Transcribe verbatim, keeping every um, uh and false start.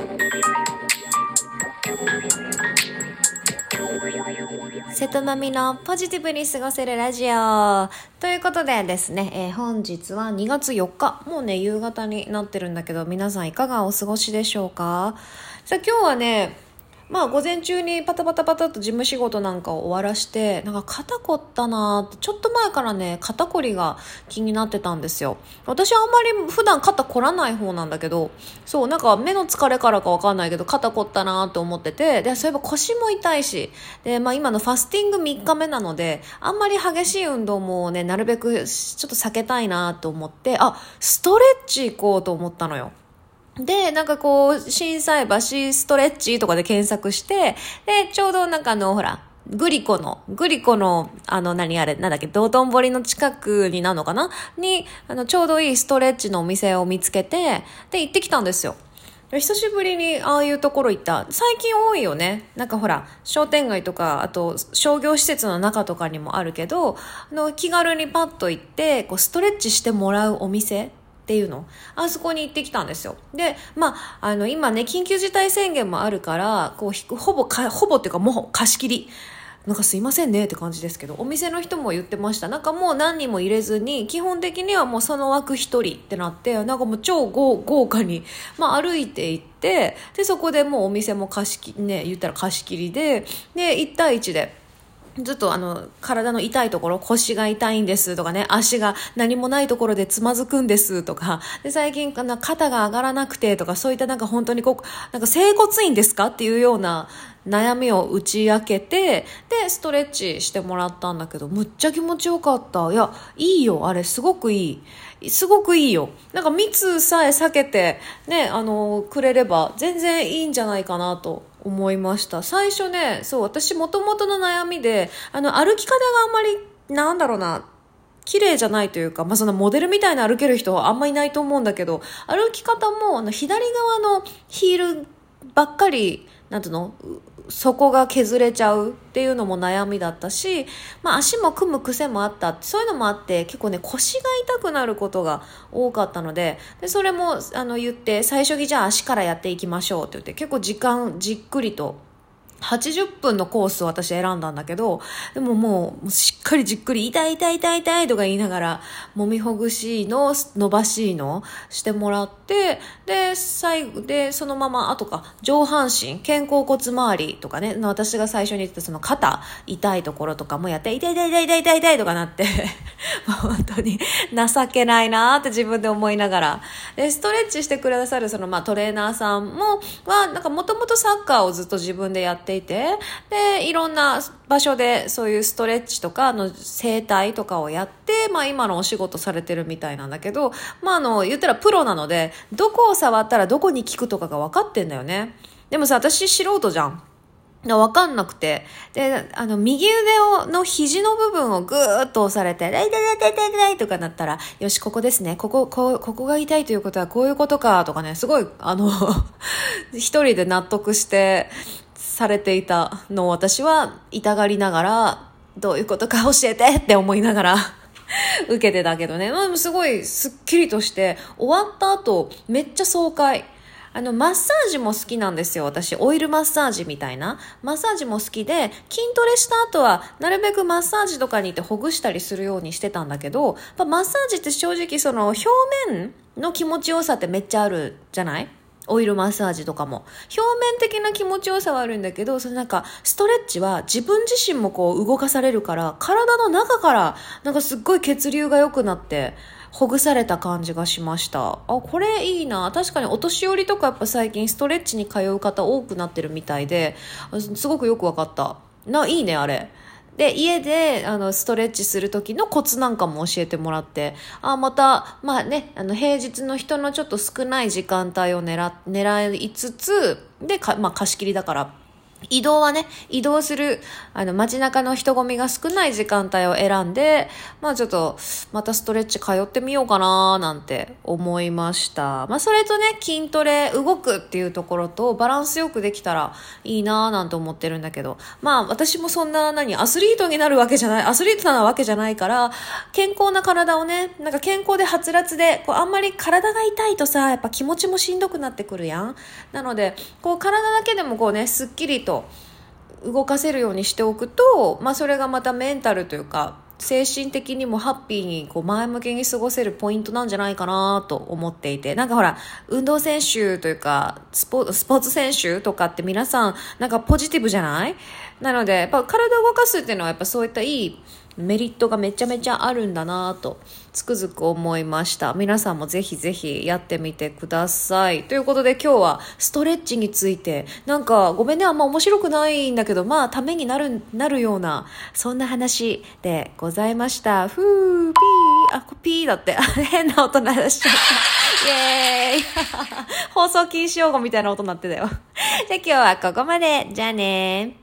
瀬戸まみのポジティブに過ごせるラジオということでですね、えー、本日はにがつよっか、もうね夕方になってるんだけど、皆さんいかがお過ごしでしょうか。さあ今日はね、まあ午前中にパタパタパタと事務仕事なんかを終わらして、なんか肩凝ったなーって、ちょっと前からね肩こりが気になってたんですよ。私はあんまり普段肩凝らない方なんだけど、そうなんか目の疲れからかわかんないけど肩凝ったなーって思ってて、でそういえば腰も痛いし、でまあ今のファスティングみっかめなので、あんまり激しい運動もねなるべくちょっと避けたいなと思って、あストレッチ行こうと思ったのよ。で、なんかこう、心斎橋ストレッチとかで検索して、で、ちょうどなんかあの、ほら、グリコの、グリコの、あの、何あれ、なんだっけ、道頓堀の近くになるのかなに、あの、ちょうどいいストレッチのお店を見つけて、で、行ってきたんですよ。久しぶりにああいうところ行った。最近多いよね。なんかほら、商店街とか、あと商業施設の中とかにもあるけど、あの、気軽にパッと行って、こう、ストレッチしてもらうお店っていうの、あそこに行ってきたんですよ。で、まあ、あの、今ね、緊急事態宣言もあるから、こう、ほぼか、ほぼっていうかもう貸し切り。なんかすいませんねって感じですけど、お店の人も言ってました。なんかもう何人も入れずに、基本的にはもうその枠一人ってなって、なんかもう超豪豪華に、まあ歩いて行って、で、そこでもうお店も貸し切り、ね、言ったら貸し切りで、で、いち対いちで、ずっとあの体の痛いところ、腰が痛いんですとかね、足が何もないところでつまずくんですとか、で最近肩が上がらなくてとか、そういったなんか本当にこうなんか整骨院ですかっていうような悩みを打ち明けて、でストレッチしてもらったんだけど、むっちゃ気持ちよかった。いやいいよ、あれすごくいい、すごくいいよ。なんか密さえ避けてね、あのくれれば全然いいんじゃないかなと思いました。最初ね、そう私元々の悩みで、あの歩き方があんまりなんだろうな、綺麗じゃないというか、まあ、そのモデルみたいな歩ける人はあんまりいないと思うんだけど、歩き方もあの左側のヒールばっかり、なんていうの、底が削れちゃうっていうのも悩みだったし、まあ、足も組む癖もあった、そういうのもあって、結構ね腰が痛くなることが多かったので、でそれもあの言って、最初にじゃあ足からやっていきましょうって言って、結構時間じっくりとはちじゅっぷんのコースを私選んだんだけど、でももうしっかりじっくり痛い痛い痛い痛いとか言いながら、揉みほぐしの伸ばしのしてもらって、で最後でそのままあとか上半身肩甲骨周りとかね、私が最初に言ってたその肩痛いところとかもやって、痛い痛い痛い痛い痛い痛いとかなって本当に情けないなって自分で思いながら、でストレッチしてくださるその、まあ、トレーナーさんもはなんかもともとサッカーをずっと自分でやっていて、でいろんな場所でそういうストレッチとかの整体とかをやって、まあ、今のお仕事されてるみたいなんだけど、まあ、あの言ったらプロなので、どこを触ったらどこに効くとかが分かってんだよね。でもさ、私素人じゃん、わかんなくて。で、あの、右腕を、の肘の部分をぐーっと押されて、痛い痛い痛い痛い痛いとかなったら、よし、ここですね。ここ、こう、ここが痛いということはこういうことか、とかね、すごい、あの、一人で納得してされていたのを私は痛がりながら、どういうことか教えてって思いながら、受けてたけどね。まあ、すごいスッキリとして、終わった後、めっちゃ爽快。あの、マッサージも好きなんですよ。私、オイルマッサージみたいな。マッサージも好きで、筋トレした後は、なるべくマッサージとかに行ってほぐしたりするようにしてたんだけど、マッサージって正直その表面の気持ちよさってめっちゃあるじゃない？オイルマッサージとかも。表面的な気持ちよさはあるんだけど、そのなんか、ストレッチは自分自身もこう動かされるから、体の中から、なんかすっごい血流が良くなって、ほぐされた感じがしました。あ、これいいな。確かにお年寄りとかやっぱ最近ストレッチに通う方多くなってるみたいで、すごくよくわかった。な、いいね、あれ。で、家で、あの、ストレッチする時のコツなんかも教えてもらって、あ、また、まあね、あの、平日の人のちょっと少ない時間帯を狙、狙いつつ、で、か、まあ、貸し切りだから、 移動はね、移動する、あの、街中の人混みが少ない時間帯を選んで、まあちょっと、またストレッチ通ってみようかななんて思いました。まあそれとね、筋トレ、動くっていうところとバランスよくできたらいいななんて思ってるんだけど、まあ私もそんな何、アスリートになるわけじゃない、アスリートなわけじゃないから、健康な体をね、なんか健康ではつらつで、こうあんまり体が痛いとさ、やっぱ気持ちもしんどくなってくるやん。なので、こう体だけでもこうね、すっきりと、動かせるようにしておくと、まあ、それがまたメンタルというか精神的にもハッピーにこう前向きに過ごせるポイントなんじゃないかなと思っていて、なんかほら運動選手というかスポ、スポーツ選手とかって皆さんなんかポジティブじゃない？なのでやっぱ体を動かすっていうのはやっぱそういったいいメリットがめちゃめちゃあるんだなとつくづく思いました。皆さんもぜひぜひやってみてください。ということで今日はストレッチについて、なんかごめんね、あんま面白くないんだけど、まあためになるなるようなそんな話でございました。ふーピー、あ、ピーだって変な音鳴らしちゃったイエーイ放送禁止用語みたいな音鳴ってたよじゃあ今日はここまで。じゃあね。